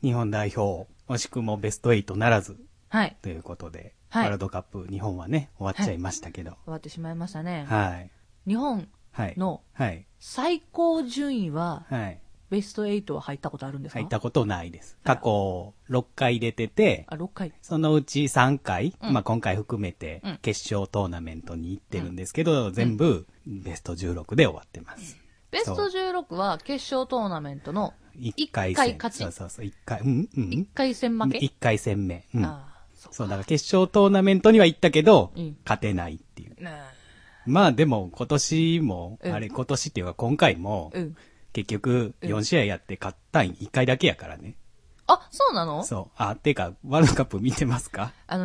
日本代表、惜しくもベスト8ならず、 はい。 ということで、 はい、 ワールドカップ、日本はね、終わっちゃいましたけど。 終わってしまいましたね。 はい。 日本の最高順位は、はい、ベスト8は入ったことあるんですか？ 入ったことないです。過去6回出てて、 6回。 そのうち3回、まあ今回含めて決勝トーナメントに行ってるんですけど、全部ベスト16で終わってます。 ベスト16は決勝トーナメントの1回勝ち。 そう、1 回戦負け ?1 回戦目。そう、だから決勝トーナメントには行ったけど、勝てないっていう。まあでも今年も、今年っていうか今回も、結局4試合やって勝ったん1回だけやからね。 あ、そうなの？ そう。てか、ワールドカップ見てますか？ はい、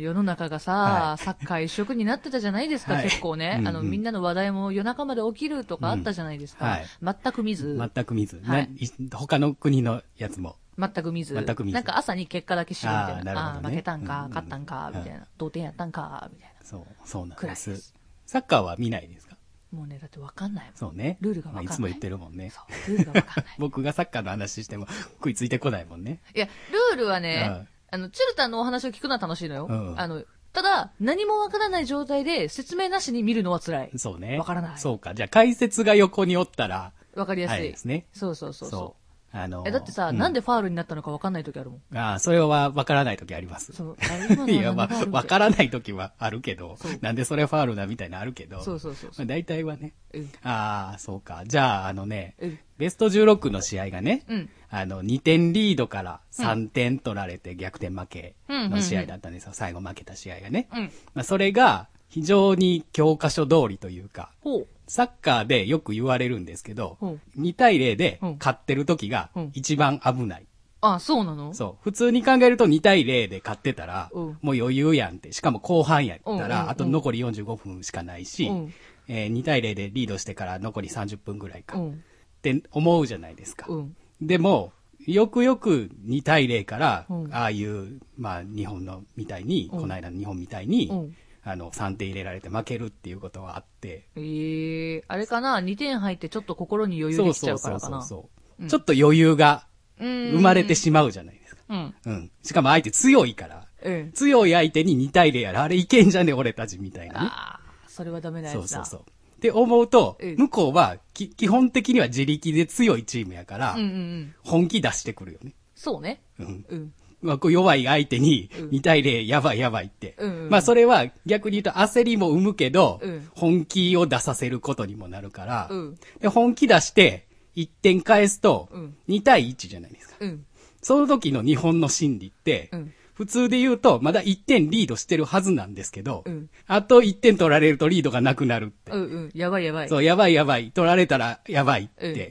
世の中がさ、サッカー一色になってたじゃないですか、結構ね。みんなの話題も夜中まで起きるとかあったじゃないですか。全く見ず。 他の国のやつも。 全く見ず。なんか朝に結果だけ知るみたいな。負けたんか、勝ったんか、みたいな。同点やったんか、みたいな。 そうなんです。サッカーは見ないですか？ もうね、だって分かんないもん。 そうね。 ルールが分かんない。 いつも言ってるもんね。 そう、ルールが分かんない。 僕がサッカーの話しても食いついてこないもんね。 いや、ルールはね、チルタンのお話を聞くのは楽しいのよ。ただ、何もわからない状態で説明なしに見るのは辛い。 そうね。 わからない。 そうか。じゃあ解説が横におったら。 わかりやすい。 ですね。 そう。だってさ、なんでファールになったのかわかんない時あるもん。 それはわからない時あります。 そう。 いや、わからない時はあるけど、なんでそれファールだみたいなあるけど。 そう。 大体はね。そうか。じゃあ、ベスト16の試合がね、2点リードから3点取られて逆転負けの試合だったんですよ。最後負けた試合がね。それが非常に教科書通りというか、サッカーでよく言われるんですけど、2対0で勝ってる時が一番危ない。 あ、そうなの？ そう。普通に考えると2対0で勝ってたら、もう余裕やんって。しかも後半やったら、あと残り45分しかないし、2対0でリードしてから残り30分ぐらいか。って思うじゃないですか。でも、よくよく2対0から、ああいう、まあ日本のみたいに、この間の日本みたいに、3点入れられて負けるっていうことはあって。 あれかな ?2 点入ってちょっと心に余裕できちゃうからかな。 そう。ちょっと余裕が生まれてしまうじゃないですか。しかも相手強いから。強い相手に2対0やら、あれいけんじゃね俺たちみたいなね。 それはダメなやつだ。 そう。って思うと、向こうは基本的には自力で強いチームやから、本気出してくるよね。 そうね。 弱い相手に2対0やばいって。まあそれは逆に言うと焦りも生むけど、本気を出させることにもなるから、で本気出して1点返すと2対1じゃないですか。その時の日本の心理って、普通で言うとまだ1点リードしてるはずなんですけど、あと1点取られるとリードがなくなるって。 やばい。 そう、やばい。取られたらやばいって。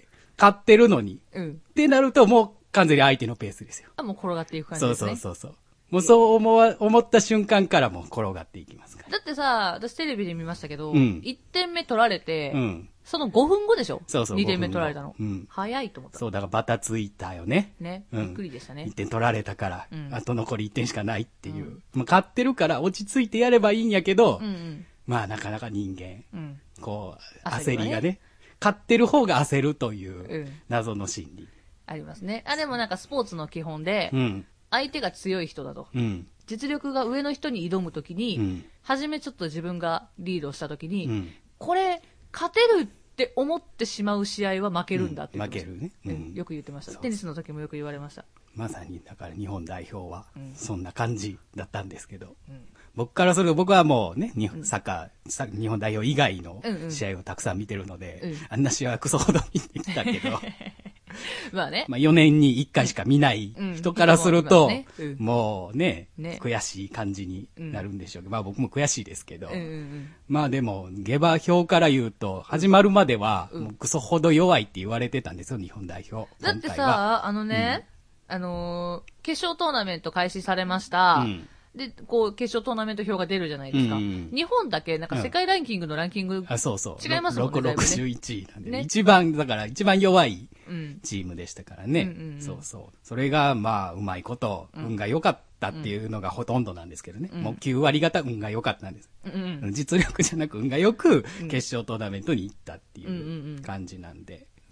勝ってるのに。ってなるともう完全に相手のペースですよ。 もう転がっていく感じですね。 そう。もうそう思った瞬間からもう転がっていきますから。 だってさ、私テレビで見ましたけど、1点目取られて、その5分後でしょ？そう。2点目取られたの。早いと思った。 そう、だからバタついたよね。 びっくりでしたね。 1点取られたから、あと残り1点しかないっていう。まあ勝ってるから落ち着いてやればいいんやけど、まあなかなか人間、焦りがね、勝ってる方が焦るという謎の心理。 ありますね。でもなんかスポーツの基本で、相手が強い人だと。実力が上の人に挑むときに、初めちょっと自分がリードしたときに、これ、勝てるって思ってしまう試合は負けるんだって負けるね。 よく言ってました。テニスの時もよく言われました。 まさに、だから日本代表は、そんな感じだったんですけど、僕からすると僕はもうね、サッカー、日本代表以外の試合をたくさん見てるので、あんな試合はクソほど見てきたけど、 まあね。 4年に1回しか見ない人からすると、もうね、悔しい感じになるんでしょうけど、まあ僕も悔しいですけど、まあでも、下馬評から言うと、始まるまでは、もうクソほど弱いって言われてたんですよ、日本代表。 だってさ、決勝トーナメント開始されました。で、決勝トーナメント表が出るじゃないですか。日本だけ、なんか世界ランキングのランキング、違いますもんね。 61位なんで、一番弱いチームでしたからね。それが、まあ、うまいこと、運が良かったっていうのがほとんどなんですけどね。もう9割方運が良かったんです。実力じゃなく運が良く、決勝トーナメントに行ったっていう感じなんで。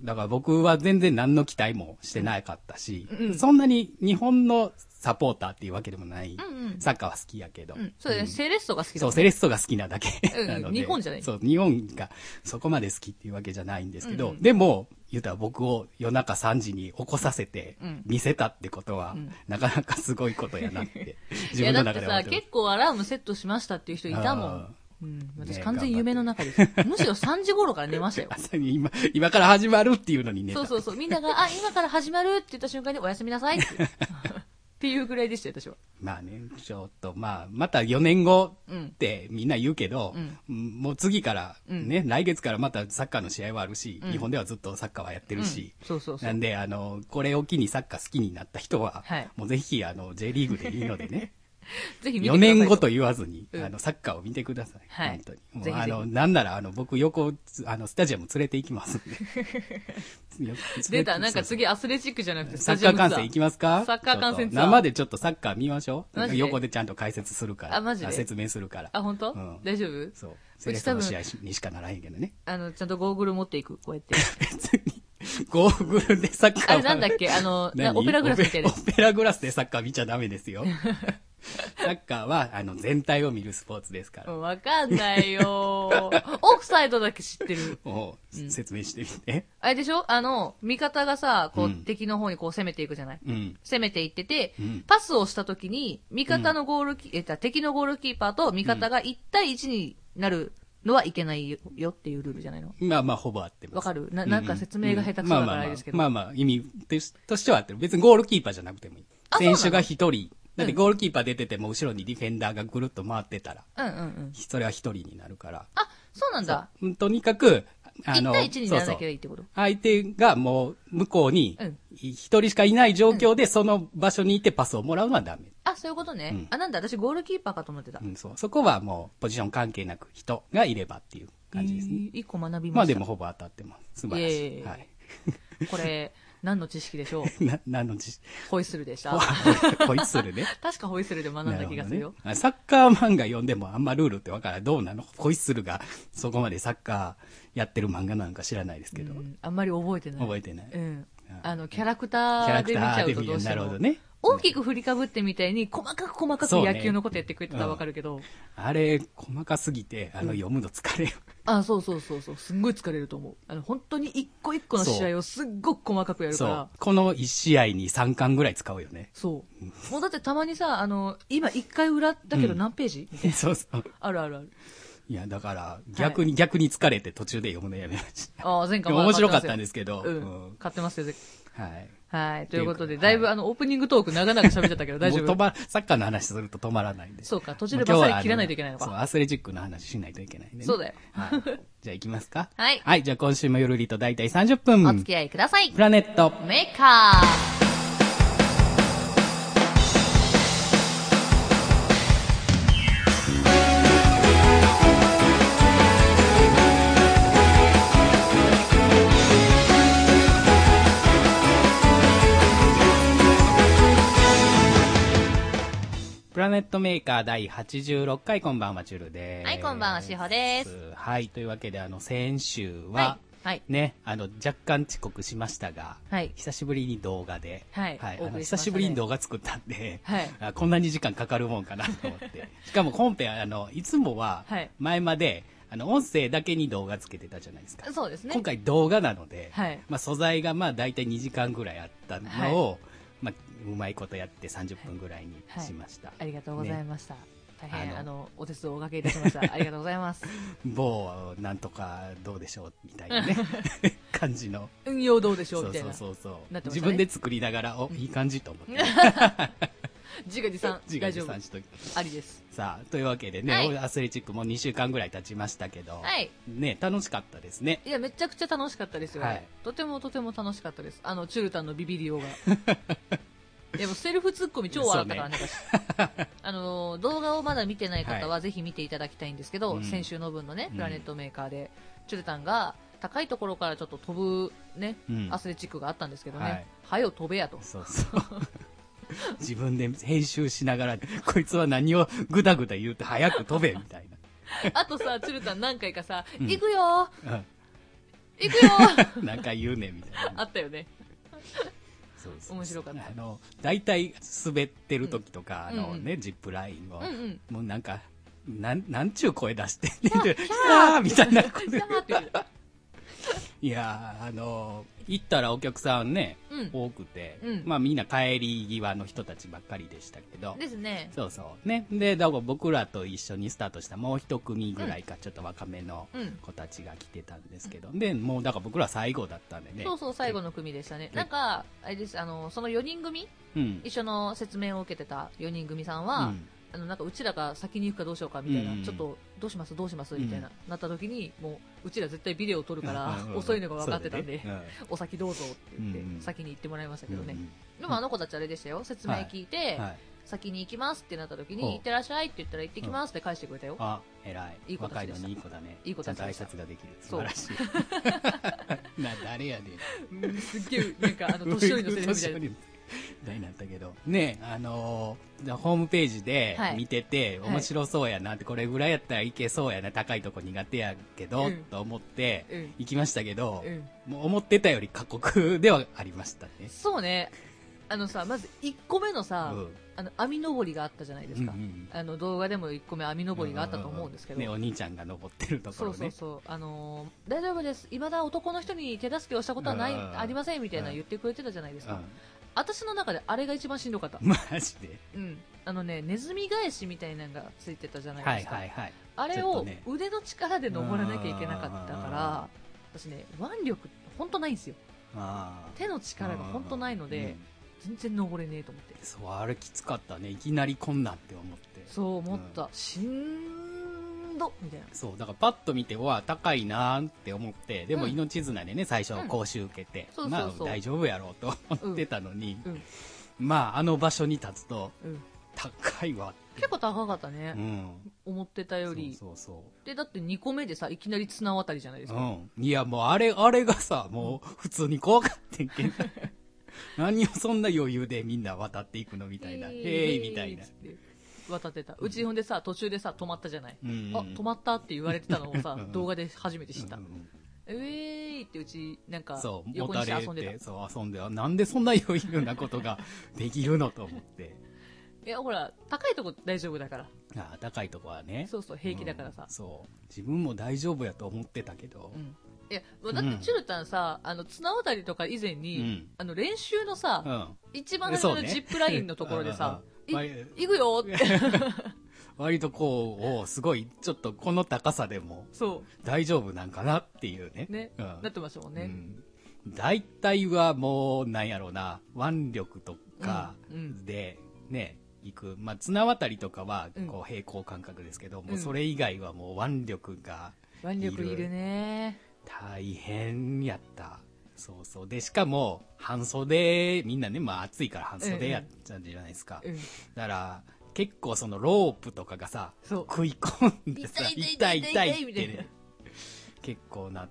だから僕は全然何の期待もしてなかったし、そんなに日本のサポーターっていうわけでもない。サッカーは好きやけど。 そうだね。セレッソが好きだ、ね。 そう、セレッソが好きなだけなので。 日本じゃない。 そう、日本がそこまで好きっていうわけじゃないんですけど、でも、言うたら僕を夜中3時に起こさせて見せたってことは、なかなかすごいことやなって、 自分の中では。いやだってさ、結構アラームセットしましたっていう人いたもん。私完全に夢の中です。むしろ3時頃から寝ましたよ。 今から始まるっていうのに寝た。 そう。みんなが、今から始まるって言った瞬間におやすみなさいって。っていうぐらいでしたよ、私は。 まあね、ちょっと、また4年後ってみんな言うけど、もう次からね、来月からまたサッカーの試合はあるし、日本ではずっとサッカーはやってるし、なんで、これを機にサッカー好きになった人は、もうぜひ、J リーグでいいのでね、 ぜひ見てください。 4年後と言わずに、サッカーを見てください。はい。本当に。もうなんなら、僕横、スタジアム連れて行きますんで。 出た、なんか次アスレチックじゃなくてサッカー観戦行きますか？ サッカー観戦ツアー。 生でちょっとサッカー見ましょう。横でちゃんと解説するから。 マジで説明するから。 本当？大丈夫？ そう。セレッソの試合にしかならへんけどね。 ちゃんとゴーグル持っていく、こうやって。 別に。ゴーグルでサッカーあれなんだっけオペラグラスみたいな。 オペラグラスでサッカー見ちゃダメですよ。サッカーは、全体を見るスポーツですから。 わかんないよ。オフサイドだけ知ってる。 説明してみて。 あれでしょ味方がさ、こう、敵の方にこう攻めていくじゃない。攻めていってて、パスをした時に、味方のゴール敵のゴールキーパーと味方が1対1になるのはいけないよっていうルールじゃないの？ まあ、ほぼ合ってます。 わかる？なんか説明が下手くそだからあれですけど。 意味としては合ってる。別にゴールキーパーじゃなくてもいい。選手が1人。だってゴールキーパー出てても後ろにディフェンダーがぐるっと回ってたら、それは1人になるから。 そうなんだ。 とにかく、 1対1にならなきゃいいってこと？ 相手がもう向こうに1人しかいない状況でその場所にいてパスをもらうのはダメ。 そういうことね。なんだ、私ゴールキーパーかと思ってた。 そこはもうポジション関係なく人がいればっていう感じですね。 1個学びました。 まあでもほぼ当たってます。素晴らしい。はい。 これ、何の知識でしょう？ 何の知識？ ホイッスルでした。 ホイッスルね。 確かホイッスルで学んだ気がするよ。 サッカー漫画読んでもあんまルールってわからない。どうなの？ホイッスルがそこまでサッカーやってる漫画なんか知らないですけど。 あんまり覚えてない。 覚えてない。 キャラクターで見ちゃうとどうしても。なるほどね。大きく振りかぶってみたいに細かく野球のことやってくれてたらわかるけど。 あれ、細かすぎて、読むの疲れる。 そう。すんごい疲れると思う。本当に一個一個の試合をすっごく細かくやるから。 この1試合に3巻ぐらい使うよね。 そう。もうだってたまにさ、今1回裏だけど何ページみたいな。 そう。 ある。 いや、だから、逆に疲れて途中で読むのやめました。 前回面白かったんですけど。 買ってますよ、 はい。 はい。ということで、だいぶオープニングトーク長々喋っちゃったけど大丈夫？ サッカーの話すると止まらないんで。 そうか、途中でバッサリ切らないといけないのか。 そう、アスレチックの話しないといけないね。 そうだよ。 はい。じゃあ行きますか？ はい。 はい、じゃあ今週もゆるりとだいたい30分。 お付き合いください。 プラネットメーカー。 プラネットメーカー第86回、こんばんは、チュルです。 はい、こんばんは、しほです。 はい、というわけで、先週は、ね、若干遅刻しましたが、久しぶりに動画で、久しぶりに動画作ったんで、こんなに時間かかるもんかなと思って。しかも本編、いつもは、前まで、音声だけに動画つけてたじゃないですか。 そうですね。 今回動画なので、素材がだいたい2時間ぐらいあったのを、うまいことやって30分ぐらいにしました。 ありがとうございました。大変、お手数をおかけいたしました。ありがとうございます。 某、なんとかどうでしょうみたいなね、感じの。 運用どうでしょうみたいな。 そう。自分で作りながら、いい感じと思って。 自画自賛。 大丈夫。 ありです。 さあ、というわけでね、アスレチックも2週間ぐらい経ちましたけど、ね、楽しかったですね。 いや、めちゃくちゃ楽しかったですよ。とても楽しかったです。チュルタンのビビリオが。でもセルフツッコミ超笑ったからね、動画をまだ見てない方はぜひ見ていただきたいんですけど、先週の分のね、プラネットメーカーで、チュルタンが高いところからちょっと飛ぶね、アスレチックがあったんですけどね、はよ飛べやと。 自分で編集しながら、こいつは何をぐだぐだ言うて早く飛べみたいな。 あとさ、チュルタン何回かさ、行くよ行くよなんか言うねみたいな。 あったよね。 そうそう。 面白かった。 大体滑ってる時とか、ジップラインを、もうなんか、なんちゅう声出してんねん。キャーみたいな声で。いや行ったらお客さんね、多くて、まあみんな帰り際の人たちばっかりでしたけど。 ですね。 そうそうね。で、だから僕らと一緒にスタートしたもう一組ぐらいか、ちょっと若めの子たちが来てたんですけど、で、もうだから僕ら最後だったんでね。 そうそう、最後の組でしたね。なんか、あれです、その4人組、一緒の説明を受けてた4人組さんは、なんかうちらが先に行くかどうしようかみたいな、ちょっとどうしますみたいな、なった時に、もううちら絶対ビデオを撮るから、遅いのが分かってたんで、お先どうぞって言って、先に行ってもらいましたけどね。でもあの子たちあれでしたよ、説明聞いて、先に行きますってなった時に、行ってらっしゃいって言ったら行ってきますって返してくれたよ。 あ、偉い。 いい子たちでした。 若いのにいい子だね。 いい子たちでした。ちゃんと挨拶ができる。素晴らしい。誰やねん。 すっげえ、なんか年寄りのセリフみたいな。 大なったけどね、ホームページで見てて、面白そうやなって、これぐらいやったらいけそうやな、高いとこ苦手やけど、と思って行きましたけど、もう思ってたより過酷ではありましたね。 そうね。まず1個目のさ、網登りがあったじゃないですか。動画でも1個目網登りがあったと思うんですけど。 ね、お兄ちゃんが登ってるところね。 そうそうそう。大丈夫です。未だ男の人に手助けをしたことはありませんみたいな言ってくれてたじゃないですか。私の中であれが一番しんどかった。 マジで？ うん。ネズミ返しみたいなのがついてたじゃないですか。あれを腕の力で登らなきゃいけなかったから、私ね、腕力本当ないんですよ。手の力が本当ないので、全然登れねえと思って。 そう、あれきつかったね。いきなりこんなって思って。 そう思った。しんどみたいな。 そう、だからパッと見て、わ、高いなーって思って、でも命綱でね、最初講習受けて、まあ大丈夫やろうと思ってたのに、まあ場所に立つと、高いわって。 結構高かったね。思ってたより。そうそう。で、だって2個目でさ、いきなり綱渡りじゃないですか。 いや、もうあれがさ、もう普通に怖かってんけど。何をそんな余裕でみんな渡っていくのみたいな。へいみたいな。 渡ってた。うちほんでさ、途中でさ、止まったじゃない。あ、止まったって言われてたのをさ、動画で初めて知った。ーってうち、なんか、横にして遊んでた。 そう、遊んで、なんでそんな余裕なことができるのと思って。 いや、ほら、高いとこ大丈夫だから。 あ、高いとこはね。 そうそう、平気だからさ。 そう。自分も大丈夫やと思ってたけど。 いや、だってチュルタンさ、綱渡りとか以前に、練習のさ、一番初めのジップラインのところでさ、行くよって。 割とこう、すごい、ちょっとこの高さでも、大丈夫なんかなっていうね。 ね。なってましたもんね。 大体はもう、なんやろうな、腕力とかで、ね、行く。まあ、綱渡りとかは、こう、平行感覚ですけど、もうそれ以外はもう腕力がいる。 腕力いるね。 大変やった。そうそう。で、しかも、半袖、みんなね、まあ暑いから半袖やったんじゃないですか。だから、結構そのロープとかがさ、食い込んでさ、痛いってね、結構なって、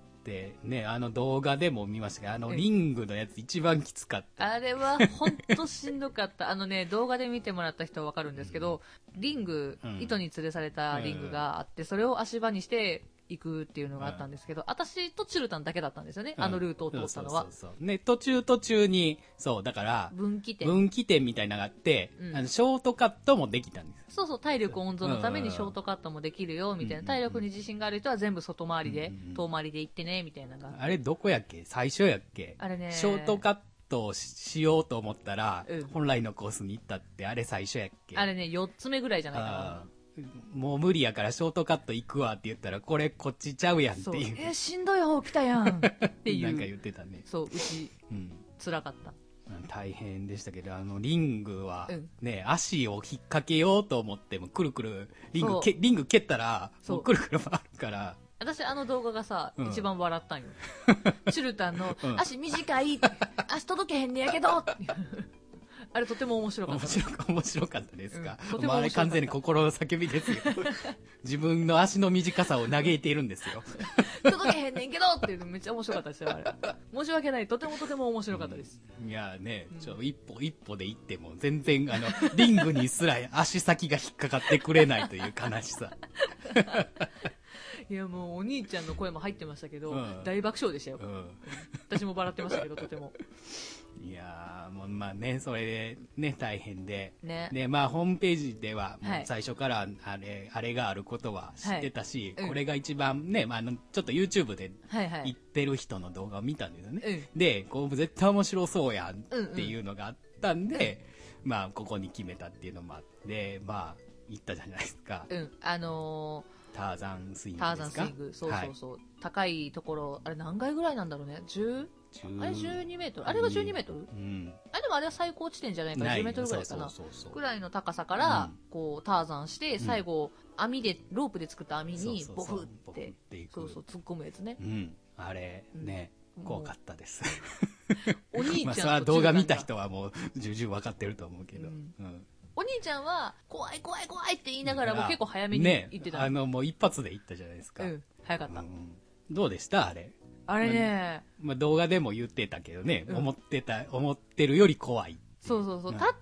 ね、動画でも見ましたけど、リングのやつ一番きつかった。 あれはほんとしんどかった。動画で見てもらった人はわかるんですけど、リング、糸に吊るされたリングがあって、それを足場にして、行くっていうのがあったんですけど、私とチュルタンだけだったんですよね、ルートを通ったのは。 ね、途中に、そう、だから、分岐点みたいなのがあって、ショートカットもできたんです。 そうそう、体力温存のためにショートカットもできるよ、みたいな。体力に自信がある人は全部外回りで、遠回りで行ってね、みたいなのが。 あれ、どこやっけ？最初やっけ？ あれね。 ショートカットをしようと思ったら、本来のコースに行ったって、あれ最初やっけ？ あれね、4つ目ぐらいじゃないかな。 もう無理やからショートカット行くわって言ったら、これこっちちゃうやんっていう。 しんどい方来たやんっていう。 なんか言ってたね。 そう、うち、辛かった。 大変でしたけど、リングは、ね、足を引っ掛けようと思っても、くるくる、リング蹴ったら、もうくるくる回るから。 私動画がさ、一番笑ったんよ。チュルタンの、足短い、足届けへんねやけどあれとても面白かった。 面白かったですか。あれ完全に心の叫びですよ。自分の足の短さを嘆いているんですよ。 届けへんねんけどっていうのめっちゃ面白かったですよ、あれ。申し訳ない。とても面白かったです。 いやね、一歩で行っても全然リングにすら足先が引っかかってくれないという悲しさ。 いやもうお兄ちゃんの声も入ってましたけど、大爆笑でしたよ。私も笑ってましたけど、とても。 いやー、もうまあね、それでね、大変で。ね。で、まあ、ホームページでは、もう最初からあれがあることは知ってたし、これが一番ね、まあ、ちょっと YouTube で言ってる人の動画を見たんですよね。で、こう、絶対面白そうやんっていうのがあったんで、まあ、ここに決めたっていうのもあって、まあ、行ったじゃないですか。ターザンスイングですか？ターザンスイング、そうそうそう。高いところ、あれ何階ぐらいなんだろうね。あれ12メートルあれが12メートル、でもあれは最高地点じゃないから10メートルぐらいかな。ぐらいの高さから、こう、ターザンして、最後、ロープで作った網に、ボフって、そうそう、突っ込むやつね。あれ、ね、怖かったです。お兄ちゃんまあ、それは動画見た人はもう、重々分かってると思うけど。お兄ちゃんは、怖い怖い怖いって言いながらも結構早めに行ってた。もう一発で行ったじゃないですか。早かった。どうでしたあれ。あれね、まあ、動画でも言ってたけどね、思ってるより怖い。そうそうそう。だって、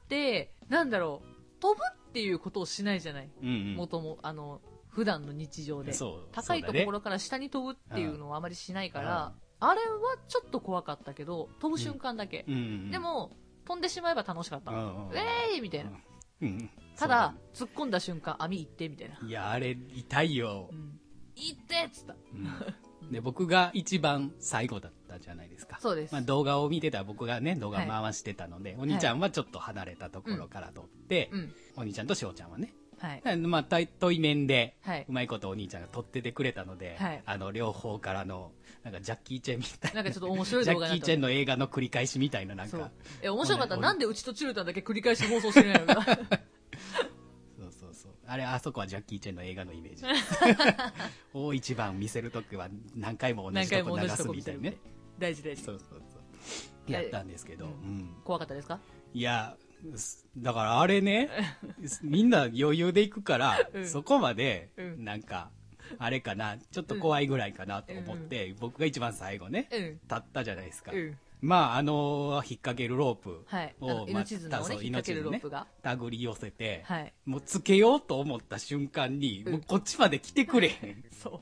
なんだろう、飛ぶっていうことをしないじゃない。普段の日常で。高いところから下に飛ぶっていうのはあまりしないから、あれはちょっと怖かったけど、飛ぶ瞬間だけ。でも、飛んでしまえば楽しかった。みたいな。ただ、突っ込んだ瞬間、網行って、みたいな。いや、あれ、痛いよ。行ってっつった。で、僕が一番最後だったじゃないですか。そうです。まあ、動画を見てたら僕がね、動画回してたので、お兄ちゃんはちょっと離れたところから撮って、お兄ちゃんとしおちゃんはね。はい。まあ、対面で、うまいことお兄ちゃんが撮っててくれたので、両方からの、なんかジャッキー・チェンみたいな。なんかちょっと面白い動画だった。ジャッキー・チェンの映画の繰り返しみたいな、なんか。面白かった。なんでうちとチュルタンだけ繰り返し放送してないのか。そう。あそこはジャッキー・チェンの映画のイメージ。を一番見せるときは何回も同じとこ流すみたいなね。大事。そう。やったんですけど。怖かったですか？いや、だからあれね、みんな余裕で行くから、そこまで、なんか、あれかな、ちょっと怖いぐらいかなと思って、僕が一番最後ね、立ったじゃないですか。まあ、引っ掛けるロープを、命綱をね、引っ掛けるロープが。手繰り寄せて、もうつけようと思った瞬間に、もうこっちまで来てくれへん。そう。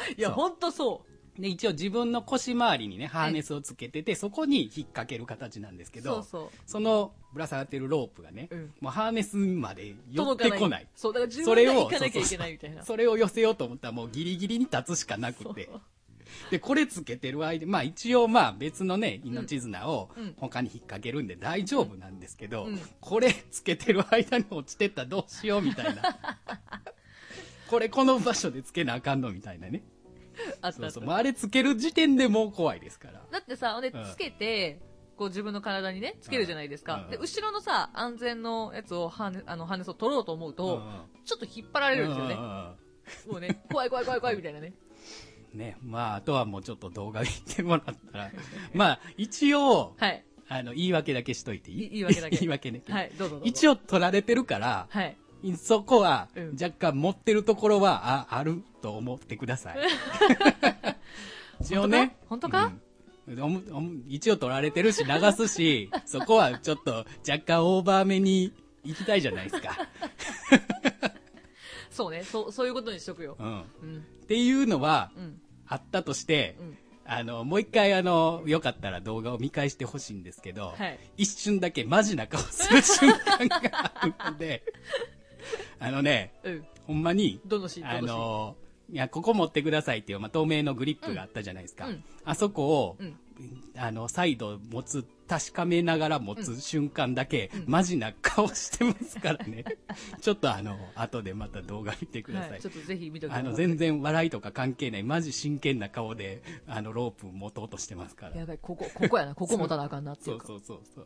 いや、ほんとそう。で、一応自分の腰回りにね、ハーネスをつけてて、そこに引っ掛ける形なんですけど、そのぶら下がってるロープがね、もうハーネスまで寄ってこない。そう、だから自分で行かなきゃいけないみたいな。それを寄せようと思ったらもうギリギリに立つしかなくて。で、これつけてる間、まあ一応まあ別のね、命綱を他に引っ掛けるんで大丈夫なんですけど、これつけてる間に落ちてったらどうしようみたいな。この場所でつけなあかんのみたいなね。そう。あれつける時点でもう怖いですから。だってさ、つけて、こう自分の体にね、つけるじゃないですか。で、後ろのさ、安全のやつを、ハーネスを取ろうと思うと、ちょっと引っ張られるんですよね。もうね、怖いみたいなね。ね、まあ、あとはもうちょっと動画見てもらったら、まあ、一応、言い訳だけしといていい？言い訳だけ。言い訳ね。はい、どうぞ。一応取られてるから、そこは、若干持ってるところは、あると思ってください。一応ね。本当か？一応取られてるし、流すし、そこはちょっと若干オーバーめに行きたいじゃないですか。そうね。そういうことにしとくよ。っていうのは、あったとして、もう一回よかったら動画を見返してほしいんですけど、一瞬だけマジな顔する瞬間があるので、ほんまに、いや、ここ持ってくださいっていう、まあ、透明のグリップがあったじゃないですか。あそこを、再度持つ、確かめながら持つ瞬間だけ、マジな顔してますからね。ちょっと後でまた動画見てください。ちょっとぜひ見てください。全然笑いとか関係ない、マジ真剣な顔で、ロープ持とうとしてますから。やばい、ここやな、ここ持たなあかんなっていうか。そう。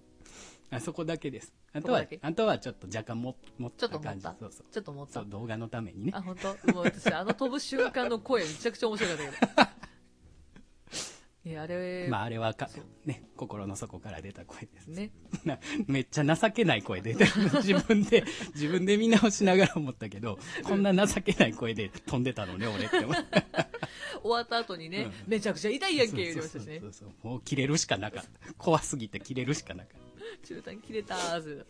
あそこだけです。あとはちょっと若干持った感じ。ちょっと持った。そう、動画のためにね。あ、本当。もう私、飛ぶ瞬間の声めちゃくちゃ面白かったけど。いや、あれ。まあ、あれはね、心の底から出た声です。ね。めっちゃ情けない声で、自分で見直しながら思ったけど、こんな情けない声で飛んでたのね、俺って思った。終わった後にね、めちゃくちゃ痛いやんけ、言いましたしね。そう。もう切れるしかなかった。怖すぎて切れるしかなかった。中短切れたーず。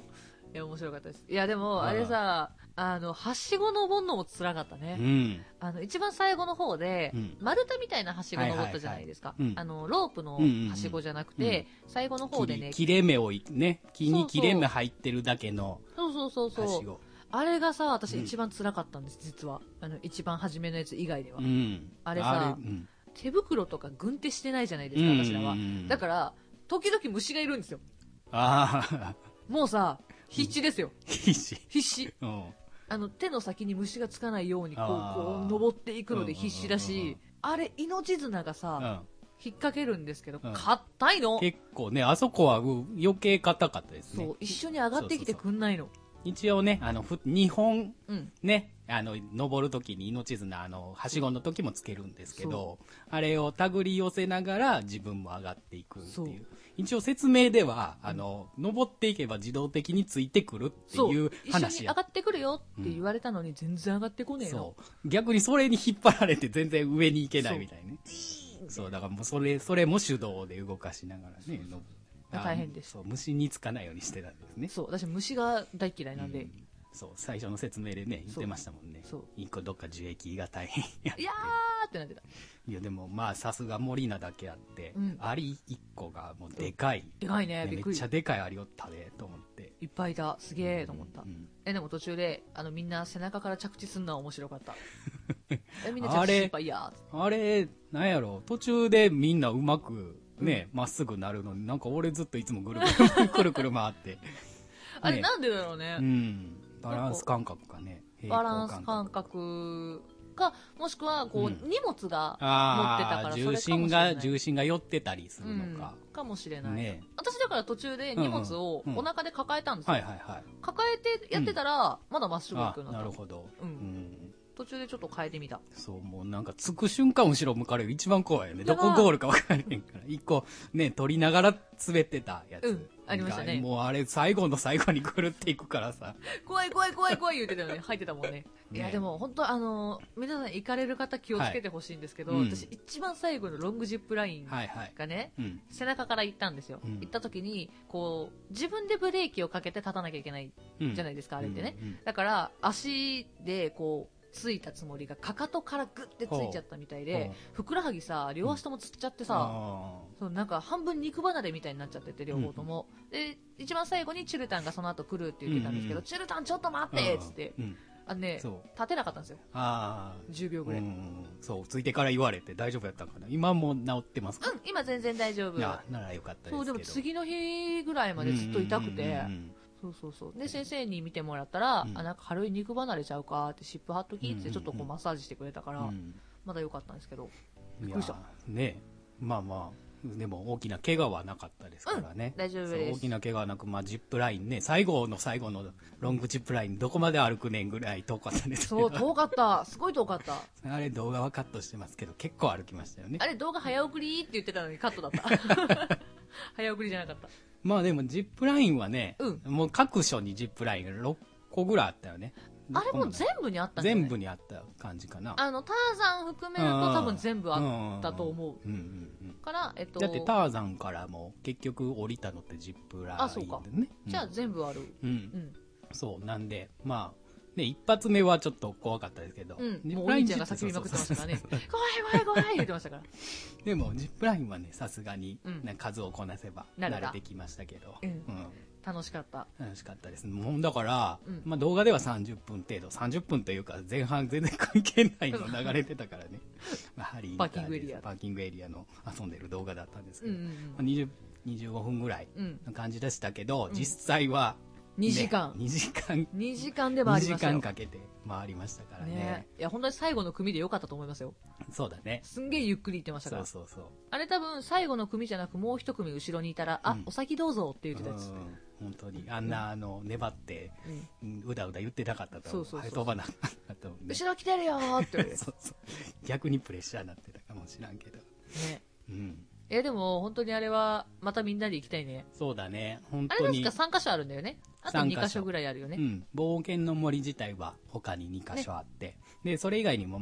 いや、面白かったです。いや、でも、あれさ、はしご登るのも辛かったね。一番最後の方で、丸太みたいなはしご登ったじゃないですか。ロープのはしごじゃなくて、最後の方でね。 切れ目をね、木に切れ目入ってるだけの。 そう。あれがさ、私一番辛かったんです、実は。一番初めのやつ以外では。あれさ、手袋とか軍手してないじゃないですか、私らは。だから、時々虫がいるんですよ。もうさ、必死ですよ。必死。手の先に虫がつかないように、こう、登っていくので必死だし、あれ、命綱がさ、引っ掛けるんですけど、硬いの。 結構ね、あそこは余計硬かったですね。 そう、一緒に上がってきてくんないの。 一応ね、2本、ね、登るときに命綱、はしごの時もつけるんですけど、あれを手繰り寄せながら自分も上がっていくっていう。一応説明では、登っていけば自動的についてくるっていう話。 一緒に上がってくるよって言われたのに全然上がってこねえよ。 そう。逆にそれに引っ張られて全然上に行けないみたいね。そう、だからもうそれも手動で動かしながらね、 大変です。 そう、虫につかないようにしてたんですね。 そう、私虫が大嫌いなんで。 そう、最初の説明でね、言ってましたもんね。そう。一個どっか樹液が大変や。いやーってなってた。 いや、でもまあ、さすが森なだけあって、アリ一個がもうでかい。 でかいね、びっくり。 めっちゃでかいアリおったで、と思って。 いっぱいいた。すげーと思った。でも途中で、みんな背中から着地するのは面白かった。みんな着地失敗やー。あれ、なんやろ、途中でみんなうまく、ね、まっすぐなるのに、なんか俺ずっといつもぐるくるくる回って。 あれなんでだろうね。 バランス感覚かね。 バランス感覚か、もしくは、こう、荷物が持ってたから、 重心が寄ってたりするのか。 かもしれない。私だから途中で荷物をお腹で抱えたんですよ。抱えてやってたら、まだまっすぐ行くようになった。 なるほど。 途中でちょっと変えてみた。 そう、もうなんか着く瞬間後ろ向かれる一番怖いよね。どこゴールか分からへんから。一個ね、取りながら滑ってたやつ。 ありましたね。 もうあれ最後の最後に狂っていくからさ。 怖い言ってたよね。入ってたもんね。いやでも本当皆さん行かれる方気をつけてほしいんですけど、私一番最後のロングジップラインがね、背中から行ったんですよ。行った時に、こう、自分でブレーキをかけて立たなきゃいけないじゃないですか、あれってね。だから、足でこう、ついたつもりがかかとからグッてついちゃったみたいで、ふくらはぎさ、両足ともつっちゃってさ、そうなんか半分肉離れみたいになっちゃってて、両方とも。で、一番最後にチュルタンがその後来るって言ってたんですけど、チュルタンちょっと待ってっつって、立てなかったんですよ。10秒ぐらい。 そう、ついてから言われて大丈夫やったんかな。今もう治ってますか？ 今全然大丈夫。 ならよかったですけど。 そう、でも次の日ぐらいまでずっと痛くて、そう。で、先生に見てもらったら、なんか軽い肉離れちゃうかって、湿布貼っときってちょっとこうマッサージしてくれたから、まだ良かったんですけど。びっくりした。 ねまあ、でも大きな怪我はなかったですからね。 大丈夫です。 大きな怪我はなく、ジップラインね、最後のロングジップライン、どこまで歩くねんぐらい遠かったですけど。 そう、遠かった。すごい遠かった。 あれ動画はカットしてますけど、結構歩きましたよね。 あれ動画早送りって言ってたのにカットだった。早送りじゃなかった。 でもジップラインはね、もう各所にジップラインが6個ぐらいあったよね。 あれもう全部にあったんじゃない？ 全部にあった感じかな。 ターザン含めると多分全部あったと思う。から、 だってターザンからも結局降りたのってジップラインでね。 そうか。じゃあ全部ある。 そう、なんで、ね、一発目はちょっと怖かったですけど。 もうお兄ちゃんが叫びまくってましたからね。怖い言ってましたから。 でも、ジップラインはね、さすがに、数をこなせば慣れてきましたけど。 楽しかった。 楽しかったです。もうだから、動画では30分程度、30分というか前半全然関係ないの流れてたからね。 パーキングエリアの遊んでる動画だったんですけど、25分ぐらいの感じでしたけど、実際は、 2時間。2時間で回りましたよ。 2時間かけて回りましたからね。 いや、本当に最後の組で良かったと思いますよ。 そうだね。 すんげえゆっくり行ってましたから。 そう。 あれ多分最後の組じゃなくもう一組後ろにいたら、お先どうぞって言ってたやつ。 本当に。あんな粘って、うだうだ言ってなかったと。そう。飛ばなかったと。 後ろ来てるよーって言われて。 そう。逆にプレッシャーになってたかもしらんけど。 ね。でも本当にあれはまたみんなで行きたいね。 そうだね。本当に。 あれ確か3カ所あるんだよね。あと2カ所ぐらいあるよね。 冒険の森自体は他に2カ所あって。で、それ以外にも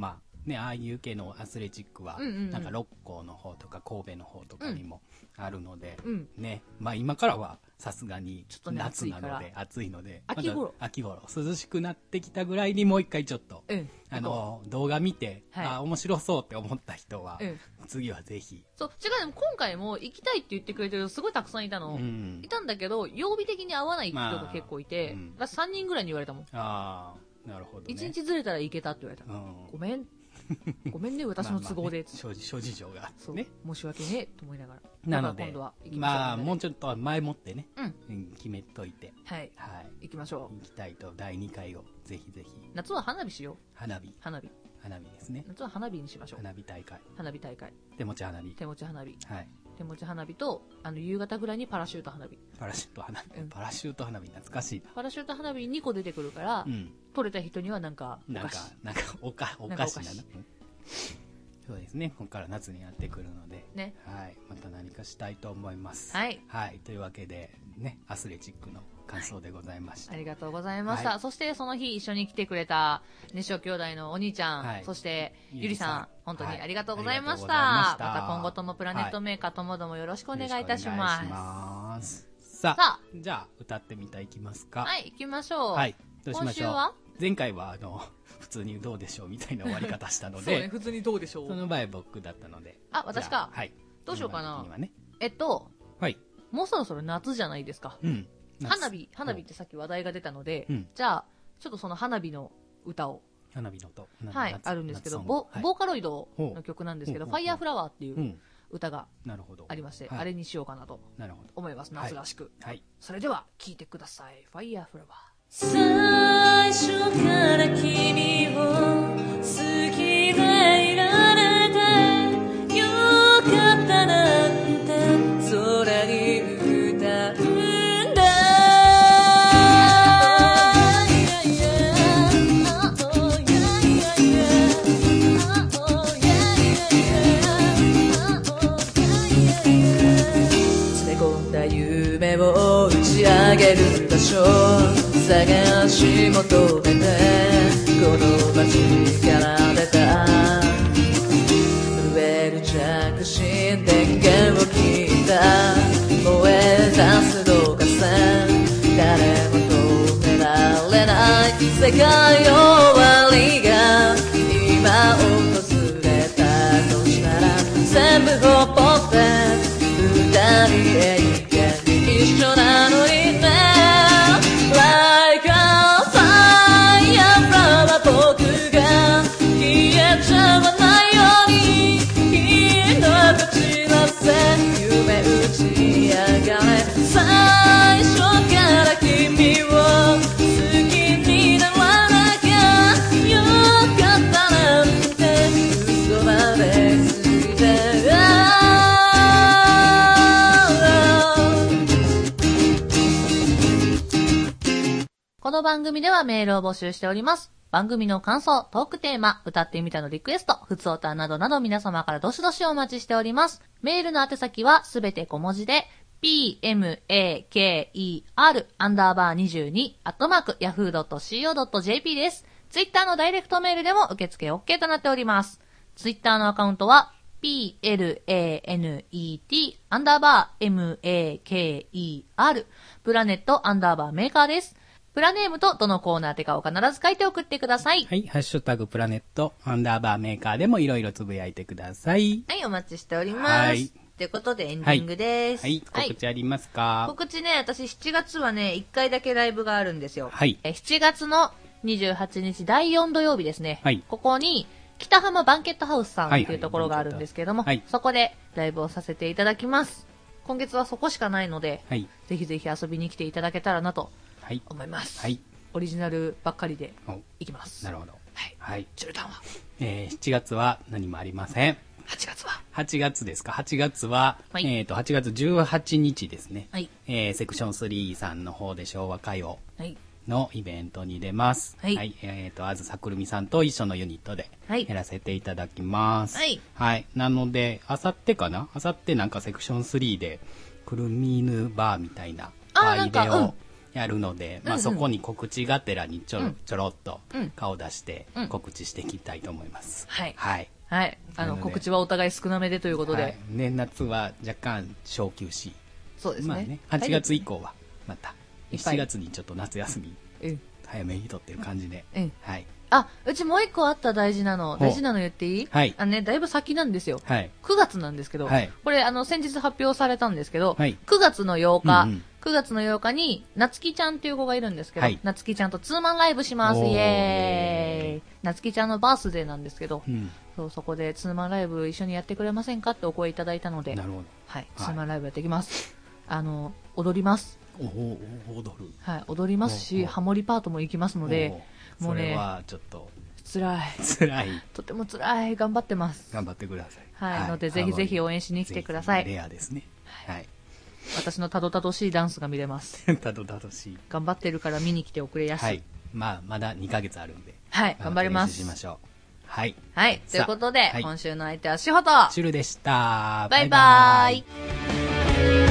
ね、ああいう系のアスレチックは、なんか六甲の方とか神戸の方とかにもあるので、ね、まあ今からはさすがに夏なので、暑いので、秋頃、涼しくなってきたぐらいにもう一回ちょっと、動画見て、面白そうって思った人は、次はぜひ。 そう、違う、でも今回も行きたいって言ってくれてるすごいたくさんいたの。いたんだけど、曜日的に合わない人が結構いて、3人ぐらいに言われたもん。 ああ、なるほどね。 1日ずれたら行けたって言われた。ごめん。ごめんね、私の都合で。 諸事情が。 ね。申し訳ねえと思いながら。 なので、今度は行きましょう。まあ、もうちょっと前もってね、決めといて。 はい。行きましょう。行きたいと、第2回を、ぜひぜひ。 夏は花火しよう。 花火ですね。 夏は花火にしましょう。 花火大会。 手持ち花火。はい。手持ち花火と、夕方ぐらいにパラシュート花火。 パラシュート花火懐かしいな。 パラシュート花火2個出てくるから、取れた人にはなんかお菓子なの。そうですね。ここから夏になってくるので、 ね。 はい。また何かしたいと思います。 はい。 はい。というわけで、ね、アスレチックの感想でございました。 ありがとうございました。そしてその日一緒に来てくれた西尾兄弟のお兄ちゃん、そしてゆりさん、本当にありがとうございました。また今後ともプラネットメーカーともどもよろしくお願いいたします。 さあ、じゃあ歌ってみたいきますか。 はい、行きましょう。 はい。どうしましょう。 今週は前回は普通にどうでしょうみたいな終わり方したのでそうね、普通にどうでしょう。 その場合僕だったので。 あ、私か。 はい。 どうしようかな。 はい。 もうそろそろ夏じゃないですか。花火ってさっき話題が出たので、じゃあちょっとその花火の歌を、 花火の音、 はい、あるんですけど、ボーカロイドの曲なんですけど、ファイヤーフラワーっていう歌がありまして、あれにしようかなと思います。夏らしく。それでは聴いてください。ファイヤーフラワー。 最初から君を好きでいられてよかったなんて空に歌うんだ。詰め込んだ夢を打ち上げる場所探し求めてこの街から出た震える着信電源を切った燃え出す導火線誰も止められない世界の終わりが今訪れたとしたら全部ほっぽって二人永遠に一緒なのにねLike a fire flower 僕が消えちゃわないように命らせ夢打ち上がれ最初から君を好きにならなきゃよかったなんて嘘までついてこの番組ではメールを募集しております。番組の感想、トークテーマ、歌ってみたのリクエスト、ふつおたなどなど皆様からどしどしお待ちしております。メールの宛先はすべて小文字で、pmaker_22@yahoo.co.jp です。ツイッターのダイレクトメールでも受付 OK となっております。ツイッターのアカウントは、planet_maker、プラネット_メーカーです。プラネームとどのコーナーてかを必ず書いて送ってください。 はい、ハッシュタグプラネット_メーカーでもいろいろつぶやいてください。 はい、お待ちしております。はい。ということでエンディングです。 はい、告知ありますか？ 告知ね、私7月はね、1回だけライブがあるんですよ。 はい。 7月の28日第4土曜日ですね。 はい。 ここに、北浜バンケットハウスさんっていうところがあるんですけども、はい、そこでライブをさせていただきます。今月はそこしかないので、はい、ぜひぜひ遊びに来ていただけたらなと思います。はい。オリジナルばっかりでいきます。 なるほど。 はい。はい。チュルタンは 7月は何もありません。8月ですか。8月は、はい、8月18日ですね。はい。セクション3さんの方で昭和歌謡のイベントに出ます。はい。はい、あずさくるみさんと一緒のユニットでやらせていただきます。はい。はい。なので、あさってかな？あさってなんかセクション3でくるみぬバーみたいなバーイベをやるので、まあそこに告知がてらにちょろっと顔出して告知していきたいと思います。 はい。 はい。 はい。告知はお互い少なめでということで。はい、 年末は若干小休止。 そうですね。まあね、8月以降はまた、7月にちょっと夏休み、早めに取ってる感じで。はい。 うちもう一個あった大事なの言っていい？ はい。 だいぶ先なんですよ。 はい。 9月なんですけど、 はい。 これ先日発表されたんですけど、 はい。 9月の8日、9月の8日に、なつきちゃんっていう子がいるんですけど、なつきちゃんとツーマンライブします。イエーイ。なつきちゃんのバースデーなんですけど、そこでツーマンライブ一緒にやってくれませんかってお声いただいたので、 なるほど。 はい。ツーマンライブやってきます。踊ります。 踊る。 はい。踊りますし、ハモリパートも行きますので、 もうね、それはちょっと辛い。とても辛い。頑張ってます。 頑張ってください。 はい。ので、ぜひぜひ応援しに来てください。 レアですね。はい。 私のたどたどしいダンスが見れます。 たどたどしい。 頑張ってるから見に来ておくれやす。はい。 まあ、まだ2ヶ月あるんで。 はい。頑張ります。 しましょう。はい。 はい。ということで、今週の相手はしほと。 シュルでした。 バイバーイ。